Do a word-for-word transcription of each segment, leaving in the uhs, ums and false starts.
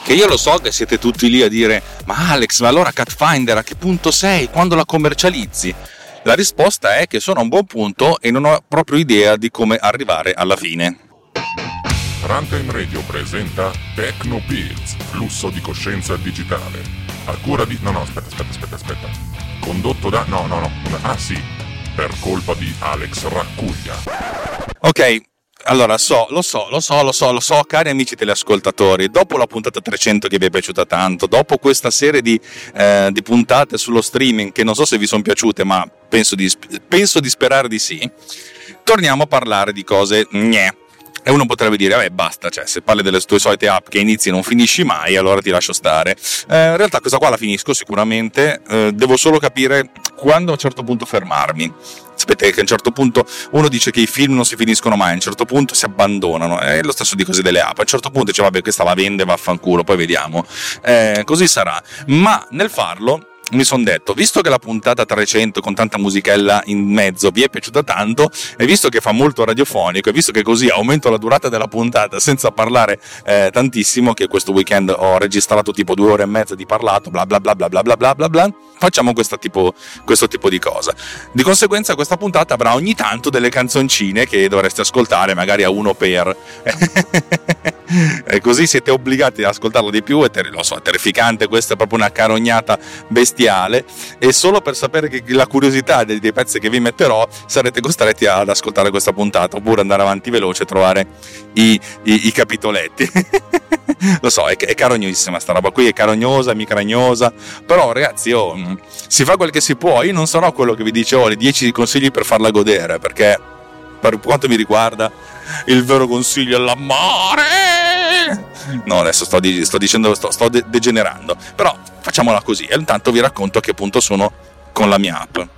che io lo so che siete tutti lì a dire: ma Alex, ma allora Catfinder a che punto sei? Quando la commercializzi? La risposta è che sono a un buon punto e non ho proprio idea di come arrivare alla fine. Runtime Radio presenta Techno Pills, flusso di coscienza digitale. A cura di... No, no, aspetta, aspetta, aspetta, aspetta. Condotto da... No, no, no. Ah, sì. Per colpa di Alex Raccuglia. Ok. Allora, so, lo so, lo so, lo so, lo so, cari amici teleascoltatori, dopo la puntata trecento che vi è piaciuta tanto, dopo questa serie di, eh, di puntate sullo streaming, che non so se vi sono piaciute, ma penso di, penso di sperare di sì, torniamo a parlare di cose gnè. E uno potrebbe dire, vabbè, basta, cioè, se parli delle tue solite app che inizi e non finisci mai, allora ti lascio stare. Eh, in realtà questa qua la finisco sicuramente, eh, devo solo capire quando a un certo punto fermarmi. Sapete che a un certo punto uno dice che i film non si finiscono mai, a un certo punto si abbandonano, è lo stesso di cose delle app, a un certo punto dice vabbè, questa la vende, vaffanculo, poi vediamo, eh, così sarà. Ma nel farlo mi sono detto, visto che la puntata trecento con tanta musichella in mezzo vi è piaciuta tanto, e visto che fa molto radiofonico, e visto che così aumento la durata della puntata senza parlare eh, tantissimo, che questo weekend ho registrato tipo due ore e mezza di parlato, bla bla bla bla bla bla bla bla bla, facciamo questo tipo, questo tipo di cosa. Di conseguenza questa puntata avrà ogni tanto delle canzoncine che dovreste ascoltare, magari a uno per... e così siete obbligati ad ascoltarlo di più, e ter- lo so, è terrificante, questa è proprio una carognata bestiale, e solo per sapere che la curiosità dei, dei pezzi che vi metterò sarete costretti ad ascoltare questa puntata, oppure andare avanti veloce e trovare i, i, i capitoletti. Lo so, è, è carognosissima sta roba qui, è carognosa, micragnosa, però ragazzi, oh, si fa quel che si può. Io non sarò quello che vi dice oh, le dieci consigli per farla godere, perché per quanto mi riguarda il vero consiglio è l'amore. No, adesso sto, di, sto dicendo, sto, sto de- degenerando, però facciamola così, e intanto vi racconto a che punto sono con la mia app.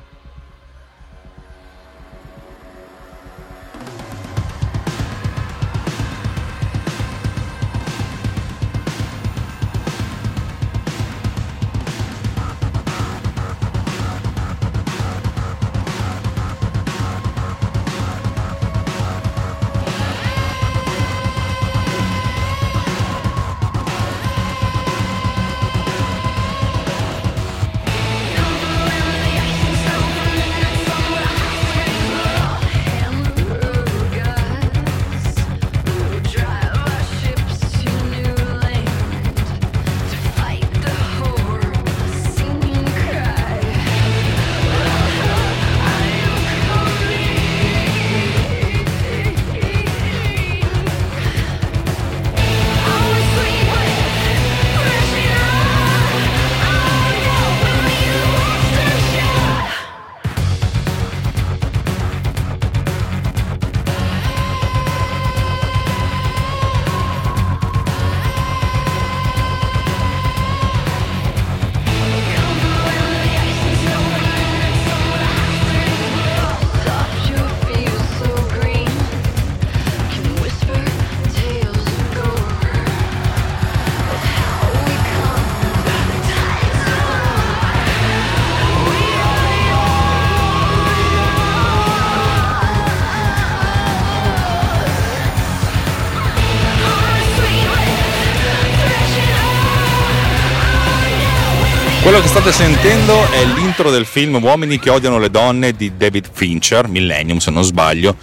Quello che state sentendo è l'intro del film Uomini che odiano le donne di David Fincher, Millennium se non sbaglio.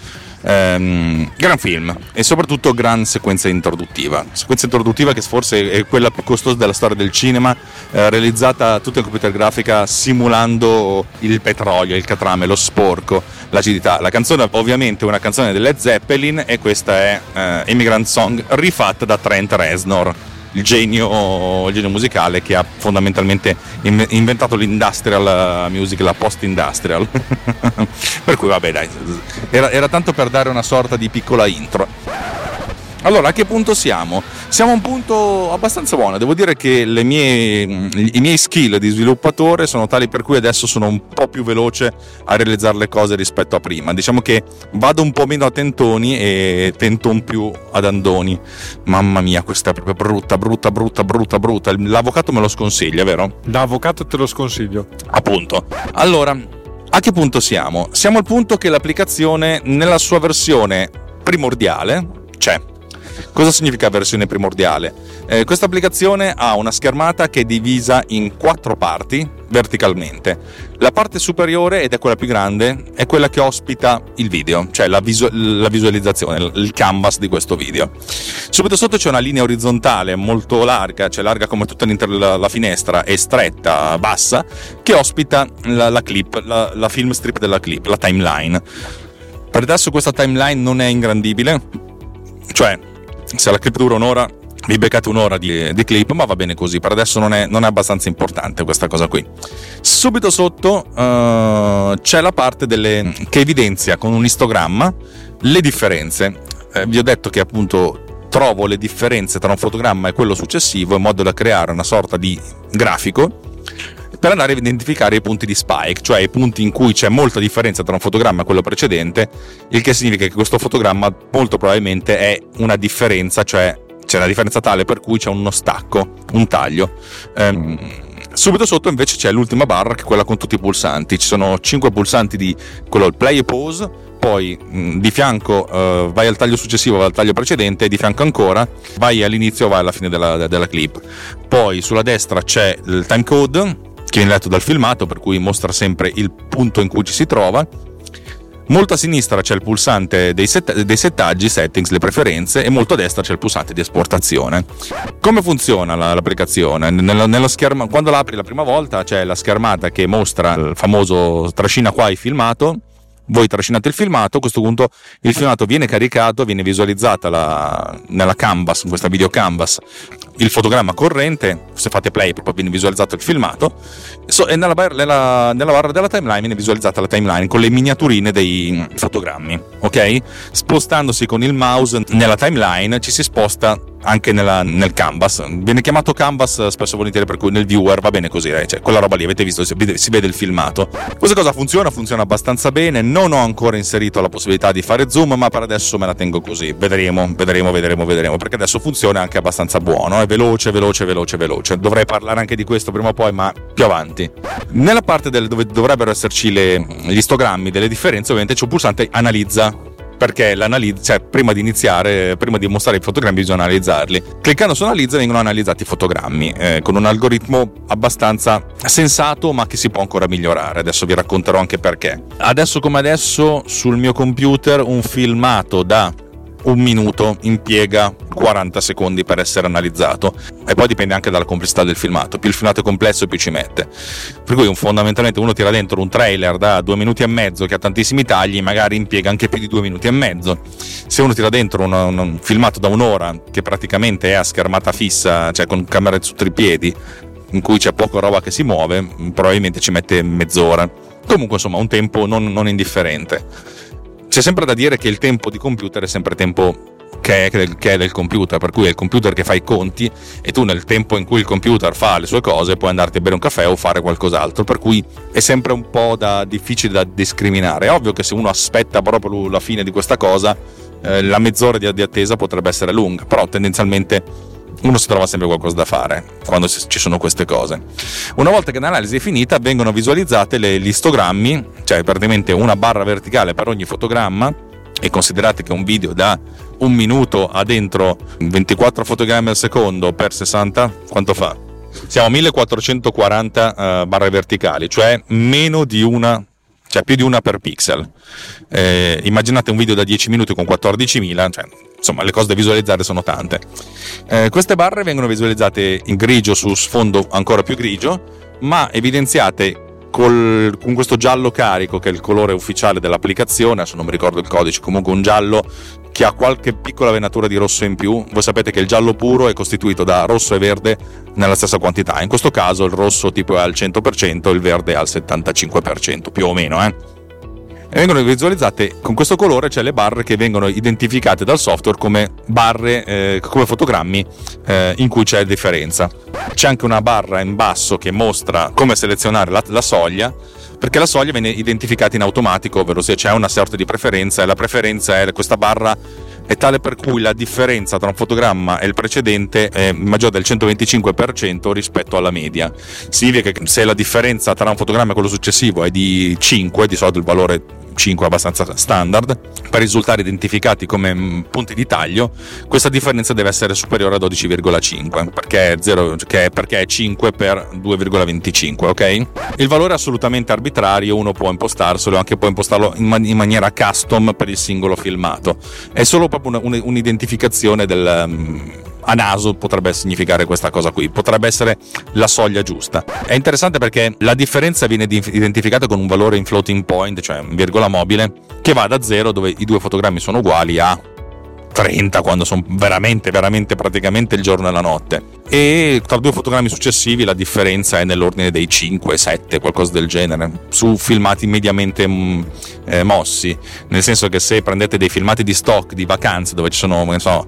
Um, gran film, e soprattutto gran sequenza introduttiva sequenza introduttiva che forse è quella più costosa della storia del cinema, eh, realizzata tutta in computer grafica, simulando il petrolio, il catrame, lo sporco, l'acidità. La canzone ovviamente è una canzone delle Led Zeppelin, e questa è eh, Immigrant Song rifatta da Trent Reznor, il genio, il genio musicale che ha fondamentalmente inventato l'industrial music, la post-industrial. Per cui vabbè, dai, era, era tanto per dare una sorta di piccola intro. Allora, a che punto siamo? Siamo a un punto abbastanza buono. Devo dire che le mie, i miei skill di sviluppatore sono tali per cui adesso sono un po' più veloce a realizzare le cose rispetto a prima. Diciamo che vado un po' meno a tentoni e tento un più ad andoni. Mamma mia, questa è proprio brutta, brutta, brutta, brutta, brutta. L'avvocato me lo sconsiglia, vero? Da avvocato te lo sconsiglio. Appunto. Allora, a che punto siamo? Siamo al punto che l'applicazione nella sua versione primordiale c'è. Cosa significa versione primordiale? Eh, questa applicazione ha una schermata che è divisa in quattro parti verticalmente. La parte superiore, ed è quella più grande, è quella che ospita il video, cioè la, visu- la visualizzazione, il canvas di questo video. Subito sotto c'è una linea orizzontale molto larga, cioè larga come tutta la, la finestra, e stretta, bassa, che ospita la, la clip, la, la film strip della clip, la timeline. Per adesso questa timeline non è ingrandibile, cioè se la clip dura un'ora vi beccate un'ora di, di clip, ma va bene così, per adesso non è, non è abbastanza importante questa cosa qui. Subito sotto uh, c'è la parte delle, che evidenzia con un istogramma le differenze. Eh, vi ho detto che appunto trovo le differenze tra un fotogramma e quello successivo in modo da creare una sorta di grafico per andare a identificare i punti di spike, cioè i punti in cui c'è molta differenza tra un fotogramma e quello precedente, il che significa che questo fotogramma molto probabilmente è una differenza, cioè c'è una differenza tale per cui c'è uno stacco, un taglio. Ehm, subito sotto invece c'è l'ultima barra, che è quella con tutti i pulsanti. Ci sono cinque pulsanti di quello, il play e pause, poi mh, di fianco uh, vai al taglio successivo, vai al taglio precedente, e di fianco ancora vai all'inizio o vai alla fine della, della clip. Poi sulla destra c'è il time code, che viene letto dal filmato, per cui mostra sempre il punto in cui ci si trova. Molto a sinistra c'è il pulsante dei, set- dei settaggi, settings, le preferenze, e molto a destra c'è il pulsante di esportazione. Come funziona la, l'applicazione? Nello, nello scherma, quando la apri la prima volta c'è la schermata che mostra il famoso trascina qua il filmato. Voi trascinate il filmato, a questo punto il filmato viene caricato, viene visualizzata la, nella canvas, in questa video canvas, il fotogramma corrente. Se fate play proprio viene visualizzato il filmato, so, e nella, bar, nella, nella barra della timeline viene visualizzata la timeline con le miniaturine dei fotogrammi, ok? Spostandosi con il mouse nella timeline ci si sposta anche nella, nel canvas. Viene chiamato canvas spesso e volentieri, per cui nel viewer va bene così, eh? Cioè quella roba lì, avete visto, si vede, si vede il filmato. Questa cosa funziona, funziona abbastanza bene. Non ho ancora inserito la possibilità di fare zoom, ma per adesso me la tengo così. Vedremo, vedremo, vedremo, vedremo, perché adesso funziona anche abbastanza buono, è veloce, veloce, veloce, veloce. Dovrei parlare anche di questo prima o poi, ma più avanti. Nella parte del, dove dovrebbero esserci le, gli istogrammi delle differenze, ovviamente c'è un pulsante analizza, perché l'analizza, cioè prima di iniziare, prima di mostrare i fotogrammi bisogna analizzarli. Cliccando su analizza vengono analizzati i fotogrammi eh, con un algoritmo abbastanza sensato, ma che si può ancora migliorare. Adesso vi racconterò anche perché. Adesso come adesso sul mio computer un filmato da un minuto impiega quaranta secondi per essere analizzato, e poi dipende anche dalla complessità del filmato. Più il filmato è complesso più ci mette, per cui un, fondamentalmente uno tira dentro un trailer da due minuti e mezzo che ha tantissimi tagli, magari impiega anche più di due minuti e mezzo. Se uno tira dentro un, un filmato da un'ora che praticamente è a schermata fissa, cioè con camera sotto i piedi, in cui c'è poca roba che si muove, probabilmente ci mette mezz'ora. Comunque insomma un tempo non, non indifferente. C'è sempre da dire che il tempo di computer è sempre tempo che è, del, che è del computer, per cui è il computer che fa i conti, e tu nel tempo in cui il computer fa le sue cose puoi andarti a bere un caffè o fare qualcos'altro, per cui è sempre un po' da, difficile da discriminare. È ovvio che se uno aspetta proprio la fine di questa cosa, eh, la mezz'ora di, di attesa potrebbe essere lunga, però tendenzialmente uno si trova sempre qualcosa da fare quando ci sono queste cose. Una volta che l'analisi è finita vengono visualizzate le, gli istogrammi, cioè praticamente una barra verticale per ogni fotogramma, e considerate che un video da un minuto ha dentro ventiquattro fotogrammi al secondo per sessanta, quanto fa? Siamo a millequattrocentoquaranta uh, barre verticali, cioè meno di una, cioè più di una per pixel. Eh, immaginate un video da dieci minuti con quattordicimila, cioè insomma le cose da visualizzare sono tante. Eh, queste barre vengono visualizzate in grigio su sfondo ancora più grigio, ma evidenziate col, con questo giallo carico, che è il colore ufficiale dell'applicazione. Adesso non mi ricordo il codice, comunque un giallo che ha qualche piccola venatura di rosso in più. Voi sapete che il giallo puro è costituito da rosso e verde nella stessa quantità. In questo caso il rosso tipo è al cento per cento, il verde è al settantacinque per cento più o meno, eh. E vengono visualizzate con questo colore, cioè le barre che vengono identificate dal software come barre, eh, come fotogrammi eh, in cui c'è differenza. C'è anche una barra in basso che mostra come selezionare la, la soglia, perché la soglia viene identificata in automatico, ovvero se c'è una sorta di preferenza, e la preferenza è questa barra è tale per cui la differenza tra un fotogramma e il precedente è maggiore del centoventicinque per cento rispetto alla media. Significa che se la differenza tra un fotogramma e quello successivo è di cinque, di solito il valore cinque è abbastanza standard, per risultati identificati come punti di taglio, questa differenza deve essere superiore a dodici virgola cinque, perché è, zero, che è, perché è cinque per due virgola venticinque, ok? Il valore è assolutamente arbitrario, uno può impostarselo, anche può impostarlo in, man- in maniera custom per il singolo filmato, è solo proprio un, un, un'identificazione del... Um, a naso potrebbe significare questa cosa qui, potrebbe essere la soglia giusta. È interessante perché la differenza viene identificata con un valore in floating point, cioè in virgola mobile, che va da zero, dove i due fotogrammi sono uguali, a trenta quando sono veramente veramente praticamente il giorno e la notte, e tra due fotogrammi successivi la differenza è nell'ordine dei cinque sette, qualcosa del genere, su filmati mediamente mh, eh, mossi, nel senso che se prendete dei filmati di stock di vacanze dove ci sono, non so,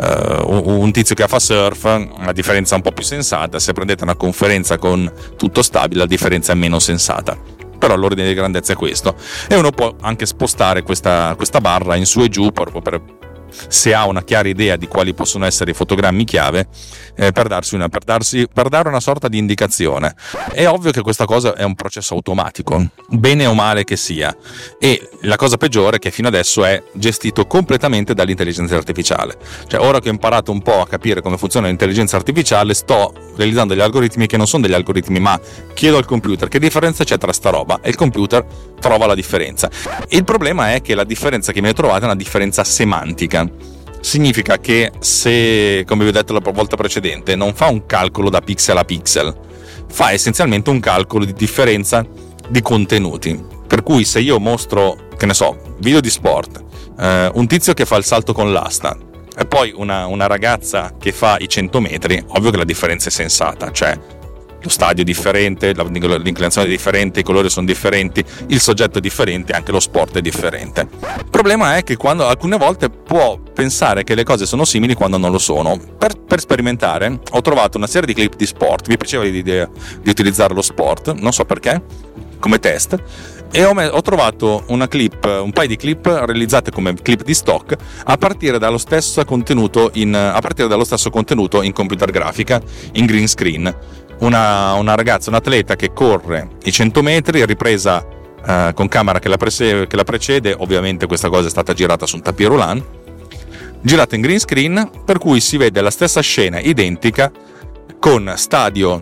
uh, un tizio che fa surf, la differenza è un po' più sensata, se prendete una conferenza con tutto stabile la differenza è meno sensata. Però l'ordine di grandezza è questo, e uno può anche spostare questa, questa barra in su e giù proprio per, se ha una chiara idea di quali possono essere i fotogrammi chiave, eh, per darsi una per darsi per dare una sorta di indicazione. È ovvio che questa cosa è un processo automatico, bene o male che sia, e la cosa peggiore è che fino adesso è gestito completamente dall'intelligenza artificiale. Cioè, ora che ho imparato un po' a capire come funziona l'intelligenza artificiale, sto realizzando degli algoritmi che non sono degli algoritmi, ma chiedo al computer che differenza c'è tra sta roba, e il computer trova la differenza. Il problema è che la differenza che viene trovata è una differenza semantica. Significa che se, come vi ho detto la volta precedente, non fa un calcolo da pixel a pixel, fa essenzialmente un calcolo di differenza di contenuti. Per cui se io mostro, che ne so, video di sport, eh, un tizio che fa il salto con l'asta e poi una, una ragazza che fa i cento metri, ovvio che la differenza è sensata, cioè lo stadio è differente, l'inclinazione è differente, i colori sono differenti, il soggetto è differente, anche lo sport è differente. Il problema è che quando alcune volte può pensare che le cose sono simili quando non lo sono. Per, per sperimentare ho trovato una serie di clip di sport, mi piaceva l'idea di utilizzare lo sport, non so perché, come test, e ho, ho trovato una clip, un paio di clip realizzate come clip di stock a partire dallo stesso contenuto in, a partire dallo stesso contenuto in computer grafica, in green screen. Una, una ragazza, un atleta che corre i cento metri, ripresa uh, con camera che la, prese, che la precede, ovviamente questa cosa è stata girata su un tapis roulant, girata in green screen, per cui si vede la stessa scena identica con stadio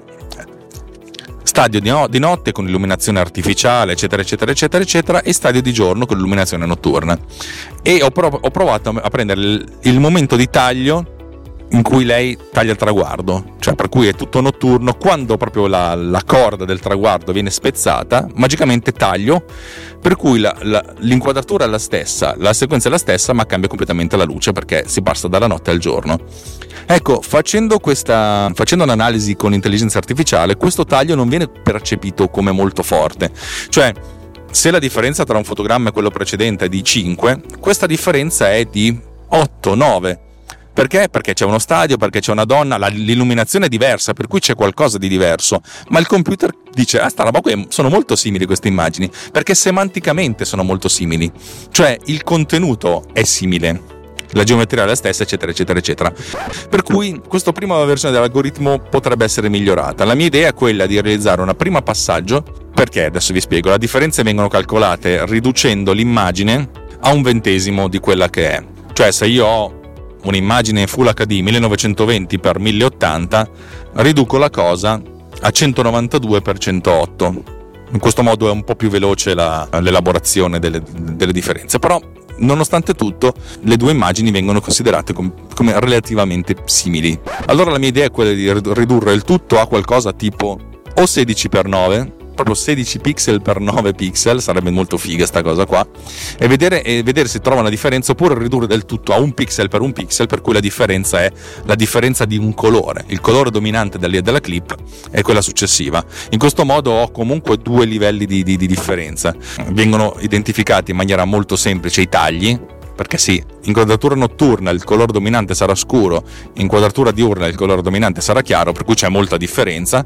stadio di, no, di notte con illuminazione artificiale, eccetera eccetera eccetera eccetera, e stadio di giorno con illuminazione notturna. E ho, prov- ho provato a prendere il, il momento di taglio in cui lei taglia il traguardo, cioè per cui è tutto notturno. Quando proprio la, la corda del traguardo viene spezzata, magicamente taglio, per cui la, la, l'inquadratura è la stessa, la sequenza è la stessa, ma cambia completamente la luce perché si passa dalla notte al giorno. Ecco, facendo questa facendo un'analisi con intelligenza artificiale, questo taglio non viene percepito come molto forte. Cioè, se la differenza tra un fotogramma e quello precedente è di cinque, questa differenza è di otto nove. Perché? Perché c'è uno stadio, perché c'è una donna, la, l'illuminazione è diversa, per cui c'è qualcosa di diverso, ma il computer dice, ah, sta roba qui sono molto simili queste immagini, perché semanticamente sono molto simili, cioè il contenuto è simile, la geometria è la stessa, eccetera eccetera eccetera, per cui questa prima versione dell'algoritmo potrebbe essere migliorata. La mia idea è quella di realizzare un primo passaggio, perché adesso vi spiego, le differenze vengono calcolate riducendo l'immagine a un ventesimo di quella che è, cioè se io ho un'immagine Full acca di millenovecentoventi per mille ottanta, riduco la cosa a centonovantadue per centootto. In questo modo è un po' più veloce la, l'elaborazione delle, delle differenze, però nonostante tutto le due immagini vengono considerate com, come relativamente simili. Allora la mia idea è quella di ridurre il tutto a qualcosa tipo o sedici per nove, proprio sedici pixel per nove pixel, sarebbe molto figa sta cosa qua, e vedere, e vedere se trova una differenza, oppure ridurre del tutto a un pixel per un pixel, per cui la differenza è la differenza di un colore, il colore dominante della, della clip è quella successiva. In questo modo ho comunque due livelli di, di, di differenza, vengono identificati in maniera molto semplice i tagli, perché sì, in quadratura notturna il colore dominante sarà scuro, in quadratura diurna il colore dominante sarà chiaro, per cui c'è molta differenza.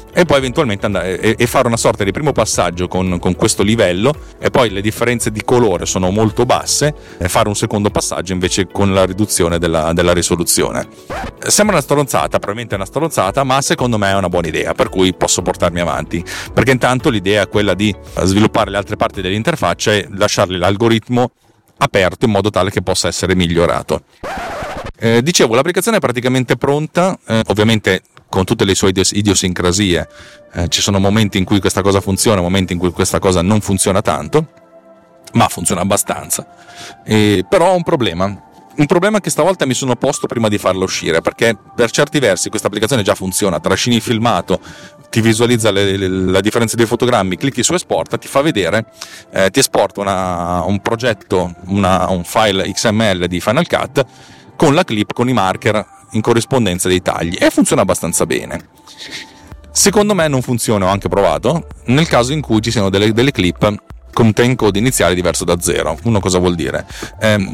e poi eventualmente andare e, e fare una sorta di primo passaggio con, con questo livello, e poi le differenze di colore sono molto basse, e fare un secondo passaggio invece con la riduzione della, della risoluzione. Sembra una stronzata, probabilmente è una stronzata, ma secondo me è una buona idea, per cui posso portarmi avanti, perché intanto l'idea è quella di sviluppare le altre parti dell'interfaccia e lasciargli l'algoritmo aperto in modo tale che possa essere migliorato. Eh, dicevo, l'applicazione è praticamente pronta, eh, ovviamente con tutte le sue idiosincrasie, eh, ci sono momenti in cui questa cosa funziona, momenti in cui questa cosa non funziona tanto, ma funziona abbastanza. Eh, però ho un problema, un problema che stavolta mi sono posto prima di farla uscire, perché per certi versi questa applicazione già funziona, trascini il filmato, ti visualizza le, le, la differenza dei fotogrammi, clicchi su esporta, ti fa vedere, eh, ti esporta una, un progetto, una, un file X M L di Final Cut con la clip, con i marker in corrispondenza dei tagli, e funziona abbastanza bene. Secondo me non funziona, ho anche provato, nel caso in cui ci siano delle, delle clip con timecode iniziale diverso da zero. Uno cosa vuol dire? Eh,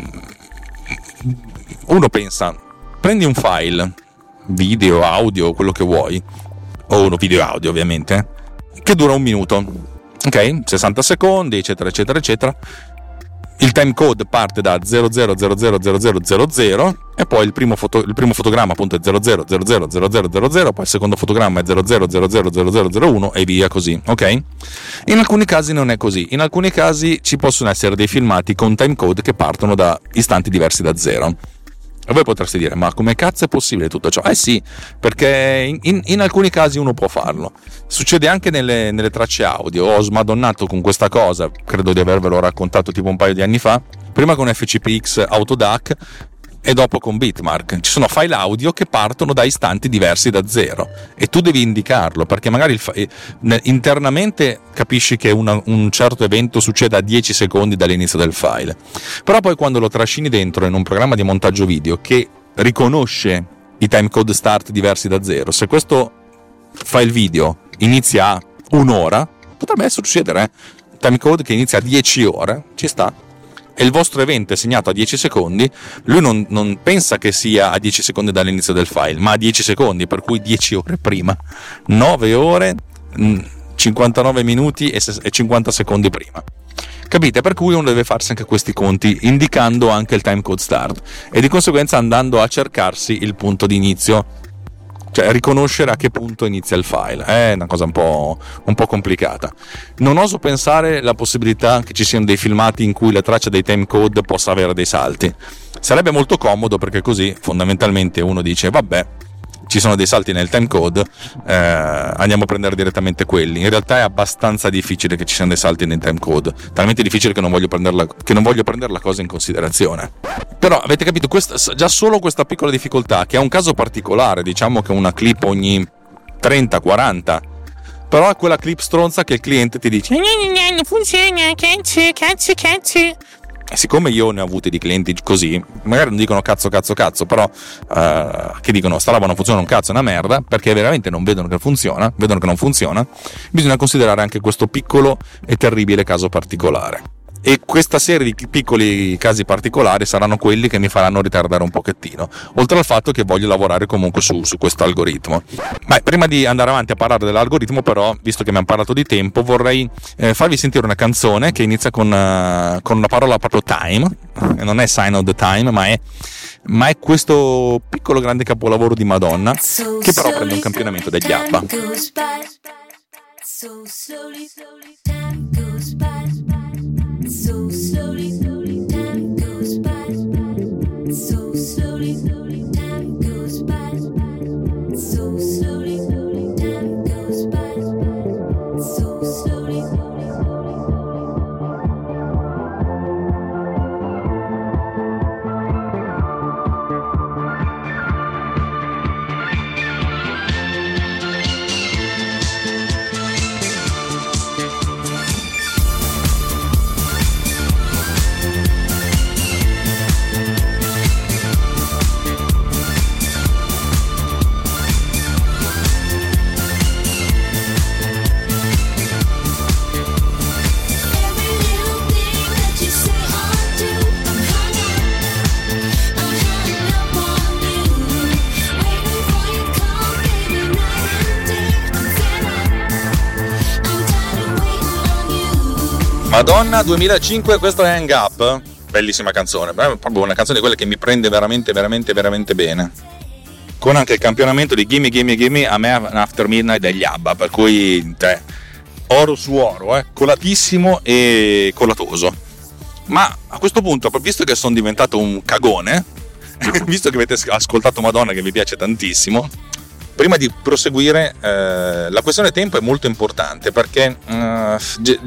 uno pensa, prendi un file, video, audio, quello che vuoi, o uno video audio ovviamente, che dura un minuto, ok? sessanta secondi, eccetera, eccetera, eccetera. Il timecode parte da zero zero zero zero zero zero zero zero e poi il primo, foto, il primo fotogramma appunto è zero zero zero zero zero zero zero zero, poi il secondo fotogramma è zero zero zero zero zero zero zero uno e via così, ok? In alcuni casi non è così, in alcuni casi ci possono essere dei filmati con timecode che partono da istanti diversi da zero. E voi potreste dire, ma come cazzo è possibile tutto ciò? Eh sì, perché in, in alcuni casi uno può farlo. Succede anche nelle, nelle tracce audio. Ho smadonnato con questa cosa, credo di avervelo raccontato tipo un paio di anni fa, prima con F C P X Autodac e dopo con Bitmark. Ci sono file audio che partono da istanti diversi da zero e tu devi indicarlo, perché magari il fa- internamente capisci che una, un certo evento succede a dieci secondi dall'inizio del file, però poi quando lo trascini dentro in un programma di montaggio video che riconosce i timecode start diversi da zero, se questo file video inizia a un'ora, potrebbe succedere, eh? Timecode che inizia a dieci ore, ci sta. E il vostro evento è segnato a dieci secondi, lui non, non pensa che sia a dieci secondi dall'inizio del file, ma a dieci secondi, per cui dieci ore prima, nove ore, cinquantanove minuti e cinquanta secondi prima. Capite? Per cui uno deve farsi anche questi conti, indicando anche il timecode start e di conseguenza andando a cercarsi il punto di inizio, cioè riconoscere a che punto inizia il file. È una cosa un po', un po' complicata. Non oso pensare la possibilità che ci siano dei filmati in cui la traccia dei timecode possa avere dei salti. Sarebbe molto comodo, perché così fondamentalmente uno dice vabbè, ci sono dei salti nel timecode, eh, andiamo a prendere direttamente quelli. In realtà è abbastanza difficile che ci siano dei salti nel timecode, talmente difficile che non voglio prenderla, che non voglio prendere la cosa in considerazione. Però avete capito, questa, già solo questa piccola difficoltà, che è un caso particolare, diciamo che una clip ogni trenta quaranta, però è quella clip stronza che il cliente ti dice non funziona, cazzo, cazzo, cazzo. E siccome io ne ho avuti di clienti così, magari non dicono cazzo cazzo cazzo, però uh, che dicono sta roba non funziona un cazzo, è una merda, perché veramente non vedono che funziona, vedono che non funziona, bisogna considerare anche questo piccolo e terribile caso particolare. E questa serie di piccoli casi particolari saranno quelli che mi faranno ritardare un pochettino, oltre al fatto che voglio lavorare comunque su, su questo algoritmo. Ma prima di andare avanti a parlare dell'algoritmo, però, visto che mi hanno parlato di tempo, vorrei eh, farvi sentire una canzone che inizia con, uh, con una parola proprio time, e non è Sign of the Time, ma è, ma è questo piccolo grande capolavoro di Madonna, che però prende un campionamento degli ABBA. So slowly, slowly, time goes by. So slowly, slowly, time goes by. So slowly, slowly, time goes by. So slowly, slowly, time goes by. So slowly, slowly. Madonna duemilacinque, questo è Hang Up, bellissima canzone, proprio una canzone di quelle che mi prende veramente veramente veramente bene, con anche il campionamento di Gimme Gimme Gimme a me After Midnight degli ABBA, per cui cioè, oro su oro, eh, colatissimo e colatoso. Ma a questo punto, visto che sono diventato un cagone, visto che avete ascoltato Madonna che vi piace tantissimo, prima di proseguire eh, la questione tempo è molto importante, perché eh,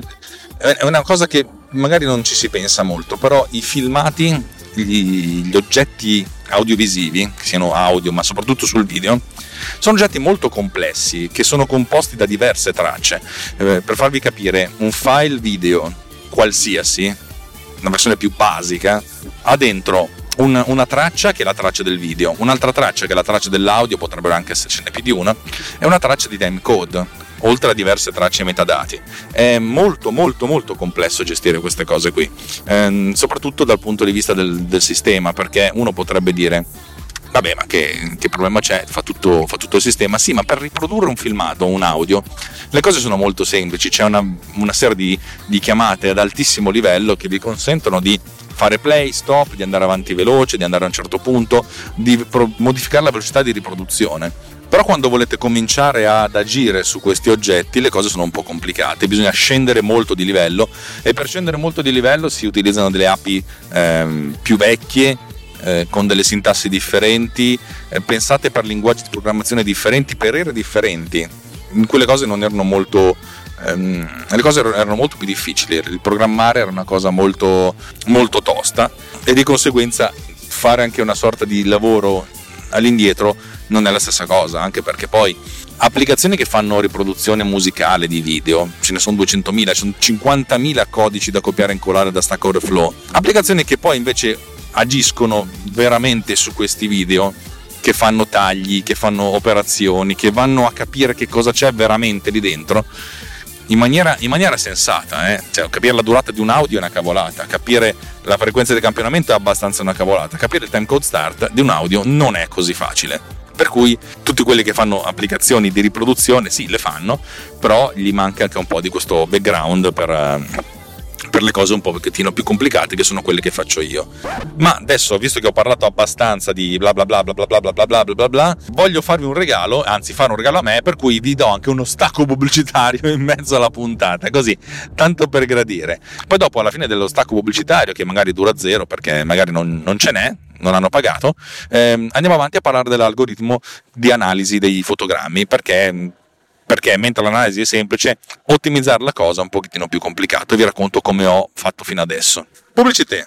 è una cosa che magari non ci si pensa molto, però i filmati, gli, gli oggetti audiovisivi, che siano audio ma soprattutto sul video, sono oggetti molto complessi che sono composti da diverse tracce. Eh, per farvi capire, un file video qualsiasi, una versione più basica, ha dentro un, una traccia che è la traccia del video, un'altra traccia che è la traccia dell'audio, potrebbero anche essercene più di una, e una traccia di timecode, oltre a diverse tracce e metadati. È molto molto molto complesso gestire queste cose qui, ehm, soprattutto dal punto di vista del, del sistema, perché uno potrebbe dire vabbè, ma che, che problema c'è, fa tutto, fa tutto il sistema. Sì, ma per riprodurre un filmato, un audio, le cose sono molto semplici, c'è una, una serie di, di chiamate ad altissimo livello che vi consentono di fare play, stop, di andare avanti veloce, di andare a un certo punto, di pro- modificare la velocità di riproduzione. Però quando volete cominciare ad agire su questi oggetti le cose sono un po' complicate, bisogna scendere molto di livello, e per scendere molto di livello si utilizzano delle A P I ehm, più vecchie, eh, con delle sintassi differenti, eh, pensate per linguaggi di programmazione differenti, per ere differenti, in cui le cose non erano molto... ehm, le cose erano molto più difficili, il programmare era una cosa molto, molto tosta, e di conseguenza fare anche una sorta di lavoro all'indietro non è la stessa cosa, anche perché poi applicazioni che fanno riproduzione musicale di video ce ne sono duecentomila, ci sono cinquantamila codici da copiare e incollare da Stack Overflow, applicazioni che poi invece agiscono veramente su questi video, che fanno tagli, che fanno operazioni, che vanno a capire che cosa c'è veramente lì dentro in maniera, in maniera sensata, eh? Cioè, capire la durata di un audio è una cavolata, capire la frequenza di campionamento è abbastanza una cavolata, capire il timecode start di un audio non è così facile. Per cui tutti quelli che fanno applicazioni di riproduzione sì, le fanno, però gli manca anche un po' di questo background per, per le cose un pochettino più complicate, che sono quelle che faccio io. Ma adesso, visto che ho parlato abbastanza di bla bla bla bla bla bla bla bla bla bla bla bla, voglio farvi un regalo, anzi fare un regalo a me, per cui vi do anche uno stacco pubblicitario in mezzo alla puntata, così, tanto per gradire. Poi dopo, alla fine dello stacco pubblicitario, che magari dura zero perché magari non, non ce n'è, non hanno pagato, ehm, andiamo avanti a parlare dell'algoritmo di analisi dei fotogrammi, perché perché mentre l'analisi è semplice, ottimizzare la cosa è un pochettino più complicato, e vi racconto come ho fatto fino adesso. Pubblicità.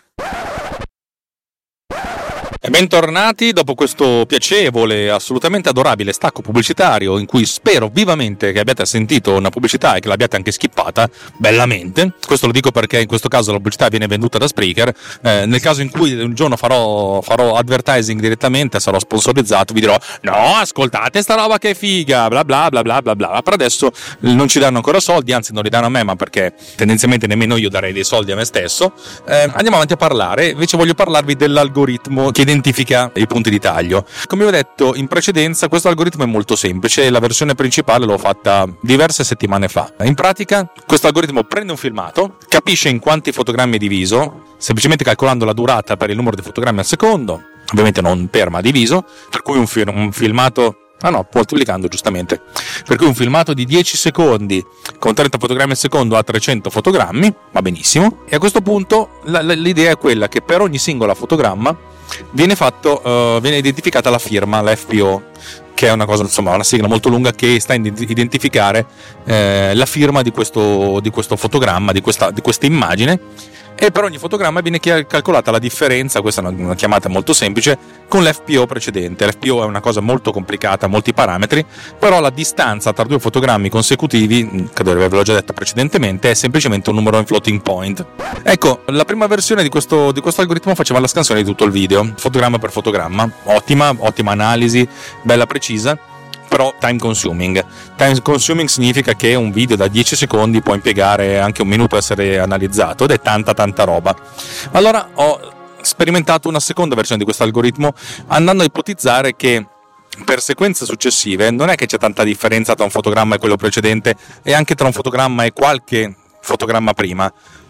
E bentornati dopo questo piacevole, assolutamente adorabile stacco pubblicitario, in cui spero vivamente che abbiate sentito una pubblicità e che l'abbiate anche skippata bellamente. Questo lo dico perché in questo caso la pubblicità viene venduta da Spreaker. Eh, nel caso in cui un giorno farò, farò advertising direttamente, sarò sponsorizzato, vi dirò no, ascoltate sta roba che è figa, bla bla bla bla bla bla. Per adesso non ci danno ancora soldi, anzi non li danno a me, ma perché tendenzialmente nemmeno io darei dei soldi a me stesso. Eh, andiamo avanti a parlare, invece voglio parlarvi dell'algoritmo che identifica i punti di taglio. Come vi ho detto in precedenza, questo algoritmo è molto semplice, la versione principale l'ho fatta diverse settimane fa. In pratica questo algoritmo prende un filmato, capisce in quanti fotogrammi è diviso, semplicemente calcolando la durata per il numero di fotogrammi al secondo, ovviamente non per ma diviso, per cui un, fi- un filmato Ah no, moltiplicando giustamente. Per cui un filmato di dieci secondi con trenta fotogrammi al secondo ha trecento fotogrammi, va benissimo. E a questo punto la, la, l'idea è quella che per ogni singola fotogramma viene fatto, uh, viene identificata la firma, la F P O, che è una cosa, insomma, una sigla molto lunga che sta a identificare eh, la firma di questo, di questo fotogramma, di questa, di questa immagine. E per ogni fotogramma viene calcolata la differenza, questa è una, una chiamata molto semplice, con l'F P O precedente. L'F P O è una cosa molto complicata, molti parametri, però la distanza tra due fotogrammi consecutivi, credo di avervelo già detto precedentemente, è semplicemente un numero in floating point. Ecco, la prima versione di questo, di questo algoritmo faceva la scansione di tutto il video, fotogramma per fotogramma, ottima, ottima analisi, bella precisa, però time consuming. Time consuming significa che un video da dieci secondi può impiegare anche un minuto a essere analizzato, ed è tanta tanta roba. Allora ho sperimentato una seconda versione di questo algoritmo, andando a ipotizzare che per sequenze successive non è che c'è tanta differenza tra un fotogramma e quello precedente, e anche tra un fotogramma e qualche fotogramma prima,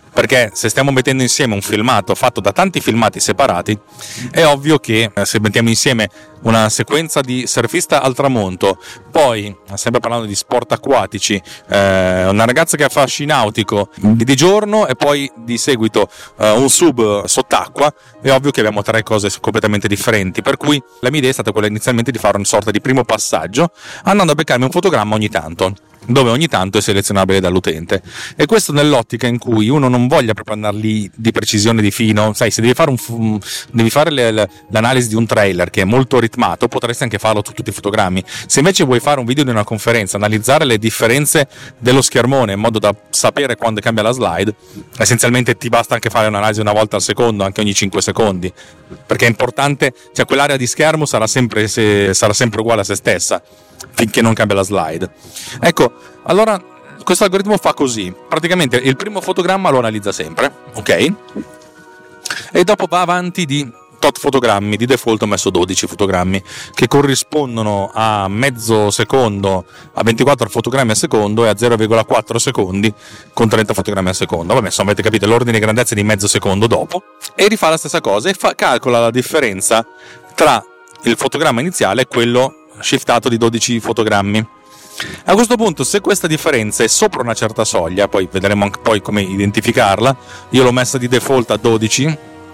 perché se stiamo mettendo insieme un filmato fatto da tanti filmati separati, è ovvio che se mettiamo insieme una sequenza di surfista al tramonto, poi sempre parlando di sport acquatici, eh, una ragazza che fa sci nautico di giorno e poi di seguito eh, un sub sott'acqua, è ovvio che abbiamo tre cose completamente differenti, per cui la mia idea è stata quella inizialmente di fare una sorta di primo passaggio andando a beccarmi un fotogramma ogni tanto, dove ogni tanto è selezionabile dall'utente, e questo nell'ottica in cui uno non voglia proprio andare lì di precisione di fino, sai, se devi fare, un, devi fare le, le, l'analisi di un trailer che è molto ritmato, potresti anche farlo su tutti i fotogrammi. Se invece vuoi fare un video di una conferenza, analizzare le differenze dello schermone in modo da sapere quando cambia la slide, essenzialmente ti basta anche fare un'analisi una volta al secondo, anche ogni cinque secondi, perché è importante, cioè quell'area di schermo sarà sempre, se, sarà sempre uguale a se stessa finché non cambia la slide. Ecco, allora questo algoritmo fa così: praticamente il primo fotogramma lo analizza sempre, ok? E dopo va avanti di tot fotogrammi, di default ho messo dodici fotogrammi che corrispondono a mezzo secondo, a ventiquattro fotogrammi al secondo e a zero virgola quattro secondi con trenta fotogrammi al secondo. Vabbè, insomma, avete capito l'ordine di grandezza di mezzo secondo dopo, e rifà la stessa cosa e fa, calcola la differenza tra il fotogramma iniziale e quello shiftato di dodici fotogrammi. A questo punto, se questa differenza è sopra una certa soglia, poi vedremo anche poi come identificarla, io l'ho messa di default a dodici,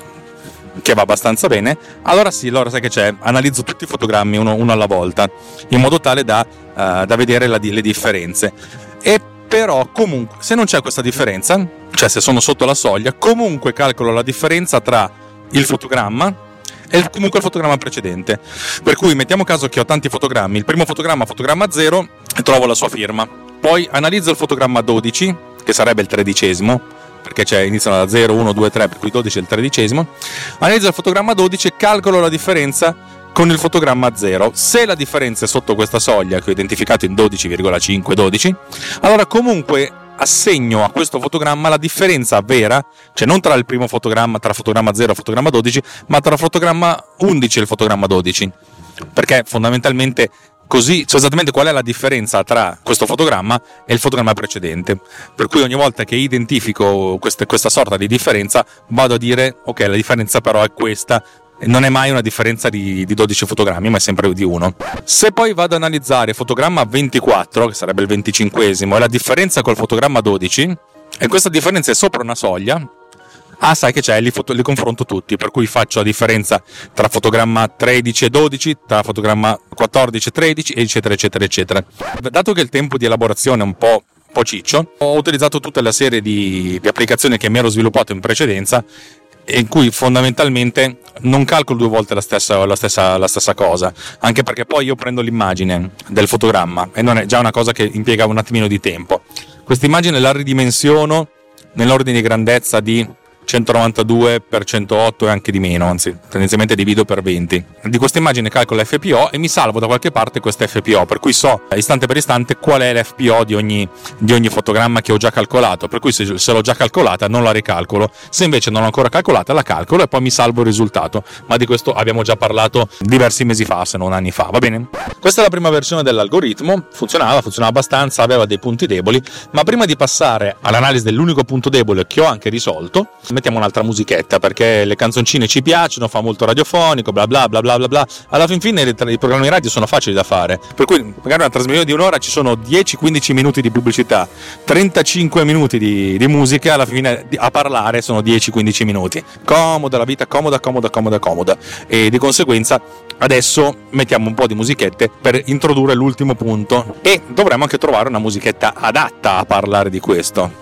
che va abbastanza bene, allora sì, allora sai che c'è, analizzo tutti i fotogrammi uno, uno alla volta, in modo tale da, uh, da vedere la, le differenze. E però comunque, se non c'è questa differenza, cioè se sono sotto la soglia, comunque calcolo la differenza tra il fotogramma e comunque il fotogramma precedente. Per cui mettiamo caso che ho tanti fotogrammi, il primo fotogramma fotogramma zero e trovo la sua firma, poi analizzo il fotogramma dodici, che sarebbe il tredicesimo, perché c'è, iniziano da zero, uno, due, tre, per cui dodici è il tredicesimo, analizzo il fotogramma dodici e calcolo la differenza con il fotogramma zero. Se la differenza è sotto questa soglia che ho identificato in dodici virgola cinque dodici, allora comunque assegno a questo fotogramma la differenza vera, cioè non tra il primo fotogramma, tra fotogramma zero e fotogramma dodici, ma tra fotogramma undici e il fotogramma dodici, perché fondamentalmente così so esattamente qual è la differenza tra questo fotogramma e il fotogramma precedente, per cui ogni volta che identifico queste, questa sorta di differenza vado a dire ok, la differenza però è questa. Non è mai una differenza di, di dodici fotogrammi, ma è sempre di uno. Se poi vado ad analizzare il fotogramma ventiquattro, che sarebbe il venticinquesimo, e la differenza col fotogramma dodici, e questa differenza è sopra una soglia, ah sai che c'è, li, foto, li confronto tutti, per cui faccio la differenza tra fotogramma tredici e dodici, tra fotogramma quattordici e tredici, eccetera eccetera eccetera. Dato che il tempo di elaborazione è un po' un po' ciccio, ho utilizzato tutta la serie di, di applicazioni che mi ero sviluppato in precedenza, in cui fondamentalmente non calcolo due volte la stessa, la stessa, la stessa cosa, anche perché poi io prendo l'immagine del fotogramma e non è già una cosa che impiega un attimino di tempo. Questa immagine la ridimensiono nell'ordine di grandezza di centonovantadue per centootto e anche di meno, anzi tendenzialmente divido per venti. Di questa immagine calcolo l'F P O e mi salvo da qualche parte questa F P O, per cui so istante per istante qual è l'F P O di ogni, di ogni fotogramma che ho già calcolato, per cui se, se l'ho già calcolata non la ricalcolo, se invece non l'ho ancora calcolata la calcolo e poi mi salvo il risultato, ma di questo abbiamo già parlato diversi mesi fa, se non anni fa, va bene? Questa è la prima versione dell'algoritmo, funzionava, funzionava abbastanza, aveva dei punti deboli, ma prima di passare all'analisi dell'unico punto debole che ho anche risolto, mettiamo un'altra musichetta, perché le canzoncine ci piacciono, fa molto radiofonico, bla bla bla bla bla bla. Alla fin fine i programmi radio sono facili da fare, per cui magari una trasmissione di un'ora ci sono dieci quindici minuti di pubblicità, trentacinque minuti di, di musica, alla fine a parlare sono dieci quindici minuti. Comoda la vita, comoda, comoda, comoda, comoda. E di conseguenza adesso mettiamo un po' di musichette per introdurre l'ultimo punto, e dovremmo anche trovare una musichetta adatta a parlare di questo.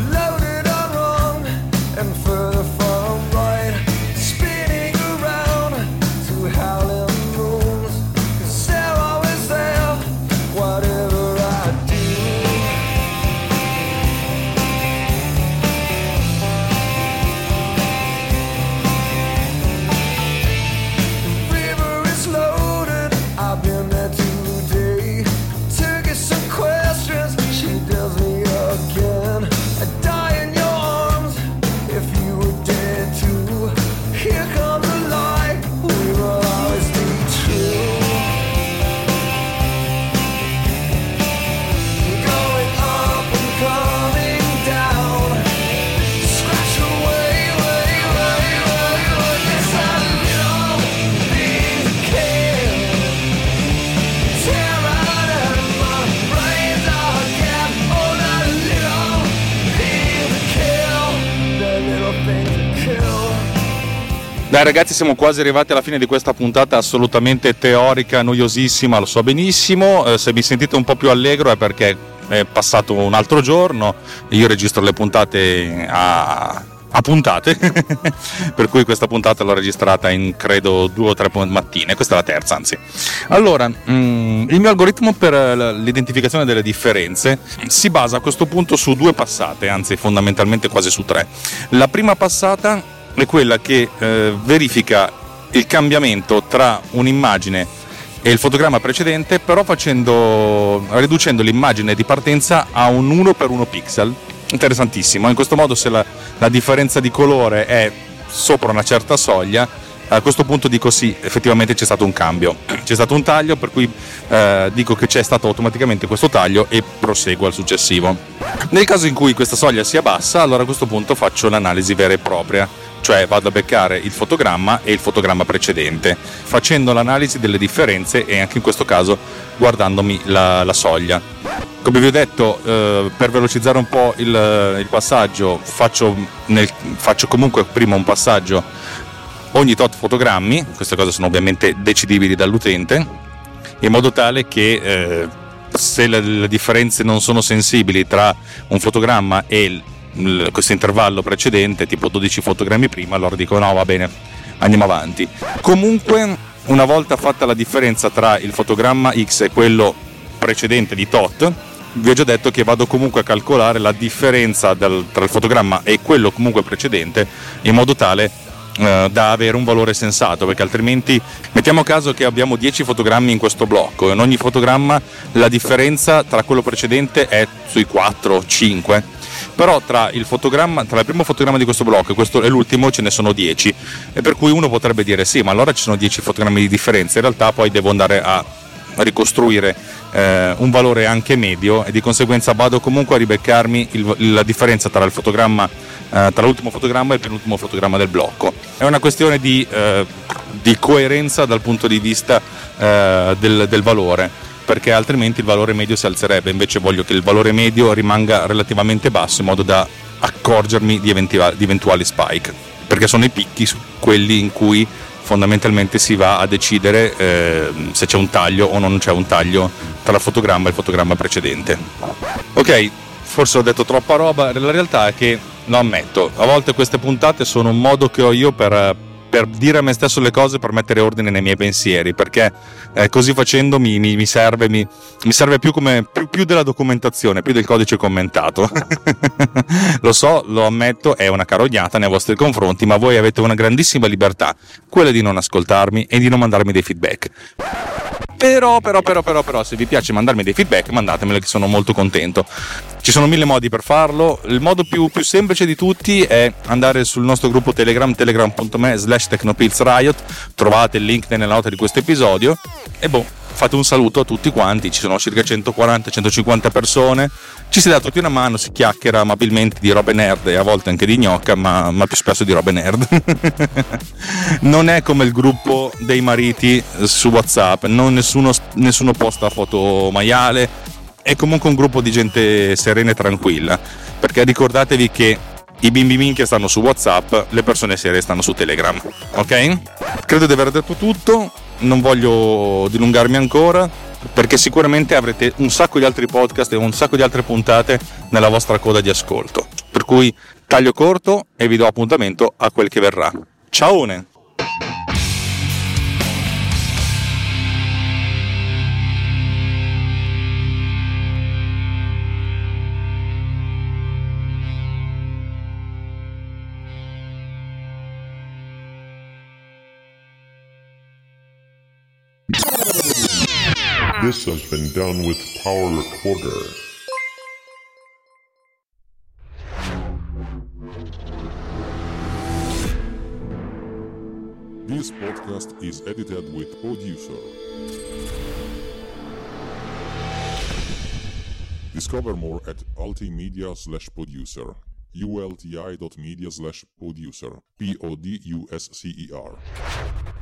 Loaded on wrong and further from right, spinning around Dai ragazzi, siamo quasi arrivati alla fine di questa puntata assolutamente teorica, noiosissima, lo so benissimo. Eh, se mi sentite un po' più allegro è perché è passato un altro giorno, io registro le puntate a, a puntate, per cui questa puntata l'ho registrata in credo due o tre mattine, questa è la terza anzi. Allora, mh, il mio algoritmo per l'identificazione delle differenze si basa a questo punto su due passate, anzi fondamentalmente quasi su tre. La prima passata è quella che eh, verifica il cambiamento tra un'immagine e il fotogramma precedente, però facendo, riducendo l'immagine di partenza a un uno per uno pixel. Interessantissimo. In questo modo, se la, la differenza di colore è sopra una certa soglia, a questo punto dico sì, effettivamente c'è stato un cambio, c'è stato un taglio, per cui eh, dico che c'è stato automaticamente questo taglio e proseguo al successivo. Nel caso in cui questa soglia sia bassa, allora a questo punto faccio l'analisi vera e propria, cioè vado a beccare il fotogramma e il fotogramma precedente, facendo l'analisi delle differenze e anche in questo caso guardandomi la, la soglia. Come vi ho detto, eh, per velocizzare un po' il, il passaggio, faccio, nel, faccio comunque prima un passaggio ogni tot fotogrammi, queste cose sono ovviamente decidibili dall'utente, in modo tale che eh, se le, le differenze non sono sensibili tra un fotogramma e il questo intervallo precedente, tipo dodici fotogrammi prima, allora dico no, va bene, andiamo avanti. Comunque, una volta fatta la differenza tra il fotogramma X e quello precedente di tot, vi ho già detto che vado comunque a calcolare la differenza del, tra il fotogramma e quello comunque precedente, in modo tale eh, da avere un valore sensato, perché altrimenti mettiamo caso che abbiamo dieci fotogrammi in questo blocco e in ogni fotogramma la differenza tra quello precedente è sui quattro cinque, però tra il fotogramma, tra il primo fotogramma di questo blocco e questo e l'ultimo ce ne sono dieci, e per cui uno potrebbe dire sì, ma allora ci sono dieci fotogrammi di differenza, in realtà poi devo andare a ricostruire eh, un valore anche medio e di conseguenza vado comunque a ribeccarmi il, la differenza tra il fotogramma eh, tra l'ultimo fotogramma e il penultimo fotogramma del blocco. È una questione di, eh, di coerenza dal punto di vista eh, del, del valore, perché altrimenti il valore medio si alzerebbe. Invece voglio che il valore medio rimanga relativamente basso in modo da accorgermi di eventuali, di eventuali spike, perché sono i picchi quelli in cui fondamentalmente si va a decidere eh, se c'è un taglio o non c'è un taglio tra il fotogramma e il fotogramma precedente. Ok, forse ho detto troppa roba, la realtà è che, lo ammetto, a volte queste puntate sono un modo che ho io per, per dire a me stesso le cose, per mettere ordine nei miei pensieri, perché eh, così facendo mi, mi, mi serve mi, mi serve più come più, più della documentazione, più del codice commentato. Lo so, lo ammetto, è una carognata nei vostri confronti, ma voi avete una grandissima libertà, quella di non ascoltarmi e di non mandarmi dei feedback. Però, però, però, però, però, se vi piace mandarmi dei feedback, mandatemeli, che sono molto contento. Ci sono mille modi per farlo. Il modo più, più semplice di tutti è andare sul nostro gruppo Telegram, telegram punto me slash technopillsriot. Trovate il link nelle note di questo episodio. E boh, fate un saluto a tutti quanti. Ci sono circa centoquaranta centocinquanta persone. Ci si dà tutti una mano, si chiacchiera amabilmente di robe nerd e a volte anche di gnocca, ma, ma più spesso di robe nerd. Non è come il gruppo dei mariti su WhatsApp, non nessuno, nessuno posta foto maiale, è comunque un gruppo di gente serena e tranquilla, perché ricordatevi che i bimbi minchia stanno su WhatsApp, le persone serie stanno su Telegram, ok? Credo di aver detto tutto, non voglio dilungarmi ancora, perché sicuramente avrete un sacco di altri podcast e un sacco di altre puntate nella vostra coda di ascolto, per cui taglio corto e vi do appuntamento a quel che verrà. Ciaone! This has been done with Power Recorder. This podcast is edited with Producer. Discover more at ultimedia slash producer. ulti dot media slash producer. P O D U S C E R.